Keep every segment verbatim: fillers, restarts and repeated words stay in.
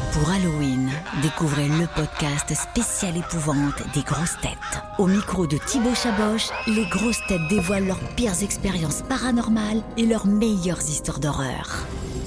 Pour Halloween, découvrez le podcast spécial épouvante des grosses têtes. Au micro de Thibaut Chaboch, les grosses têtes dévoilent leurs pires expériences paranormales et leurs meilleures histoires d'horreur.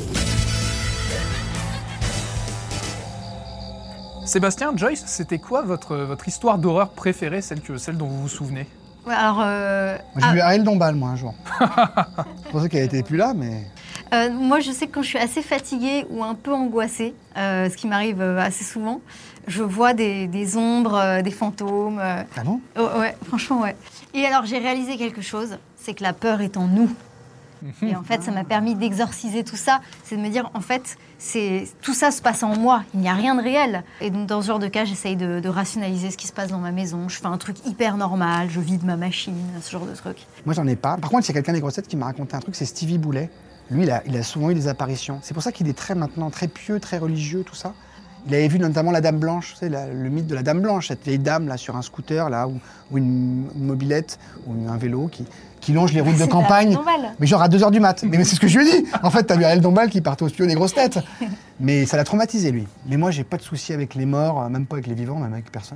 Sébastien, Joyce, c'était quoi votre, votre histoire d'horreur préférée, celle, que, celle dont vous vous souvenez ? Ouais, alors... Euh... Moi, j'ai ah. vu Ariel Dombal, moi, un jour. Je pensais qu'elle était plus là, mais... Euh, moi, je sais que quand je suis assez fatiguée ou un peu angoissée, euh, ce qui m'arrive euh, assez souvent, je vois des, des ombres, euh, des fantômes. Euh... Ah bon ? Oh, ouais, franchement, ouais. Et alors, j'ai réalisé quelque chose, c'est que la peur est en nous. Et en fait, ça m'a permis d'exorciser tout ça. C'est de me dire, en fait, c'est, tout ça se passe en moi. Il n'y a rien de réel. Et donc, dans ce genre de cas, j'essaye de, de rationaliser ce qui se passe dans ma maison. Je fais un truc hyper normal, je vide ma machine, ce genre de truc. Moi, j'en ai pas. Par contre, il y a quelqu'un des grosses têtes qui m'a raconté un truc, c'est Stevie Boulet. Lui, il a, il a souvent eu des apparitions. C'est pour ça qu'il est très maintenant très pieux, très religieux, tout ça. Il avait vu notamment la Dame Blanche, tu sais, la, le mythe de la Dame Blanche, cette vieille dame là sur un scooter là, ou, ou une, une mobilette, ou un vélo qui, qui longe les routes de campagne. Mais genre à deux heures du mat. Mais, mais c'est ce que je lui ai dit. En fait, t'as vu Ariel Dombal qui partait au studio des grosses têtes. Mais ça l'a traumatisé lui. Mais moi, j'ai pas de souci avec les morts, même pas avec les vivants, même avec personne.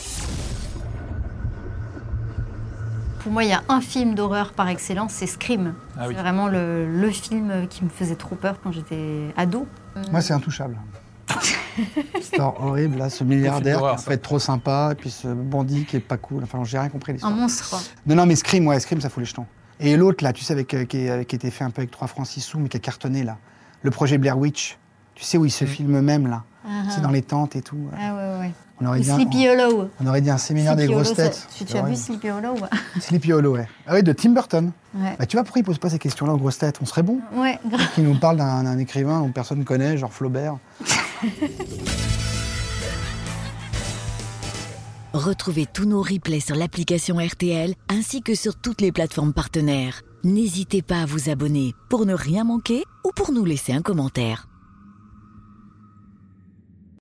Pour moi, il y a un film d'horreur par excellence, c'est Scream. Ah oui. C'est vraiment le, le film qui me faisait trop peur quand j'étais ado. Moi, c'est Intouchable. Histoire horrible, là, ce milliardaire qui est en fait trop sympa, et puis ce bandit qui est pas cool. Enfin, j'ai rien compris l'histoire. Un monstre, quoi. Non, non, mais Scream, ouais, Scream, ça fout les jetons. Et l'autre, là, tu sais, avec, euh, qui, est, qui était fait un peu avec trois francs six sous, mais qui a cartonné, là. Le projet Blair Witch. Tu sais, où il se filme même, là. Uh-huh. C'est dans les tentes et tout. Ah ouais, ouais. On aurait, Ou dit un, Sleepy Hollow. on aurait dit un séminaire Sleepy des grosses Hollow, têtes. ça, tu, tu as vu Sleepy Hollow ouais. Sleepy Hollow, ouais. Ah oui, de Tim Burton. Ouais. Bah, tu vois pourquoi il pose pas ces questions-là aux grosses têtes? On serait bon. Ouais, grave. Qui nous parle d'un, d'un écrivain dont personne ne connaît, genre Flaubert. Retrouvez tous nos replays sur l'application R T L ainsi que sur toutes les plateformes partenaires. N'hésitez pas à vous abonner pour ne rien manquer ou pour nous laisser un commentaire.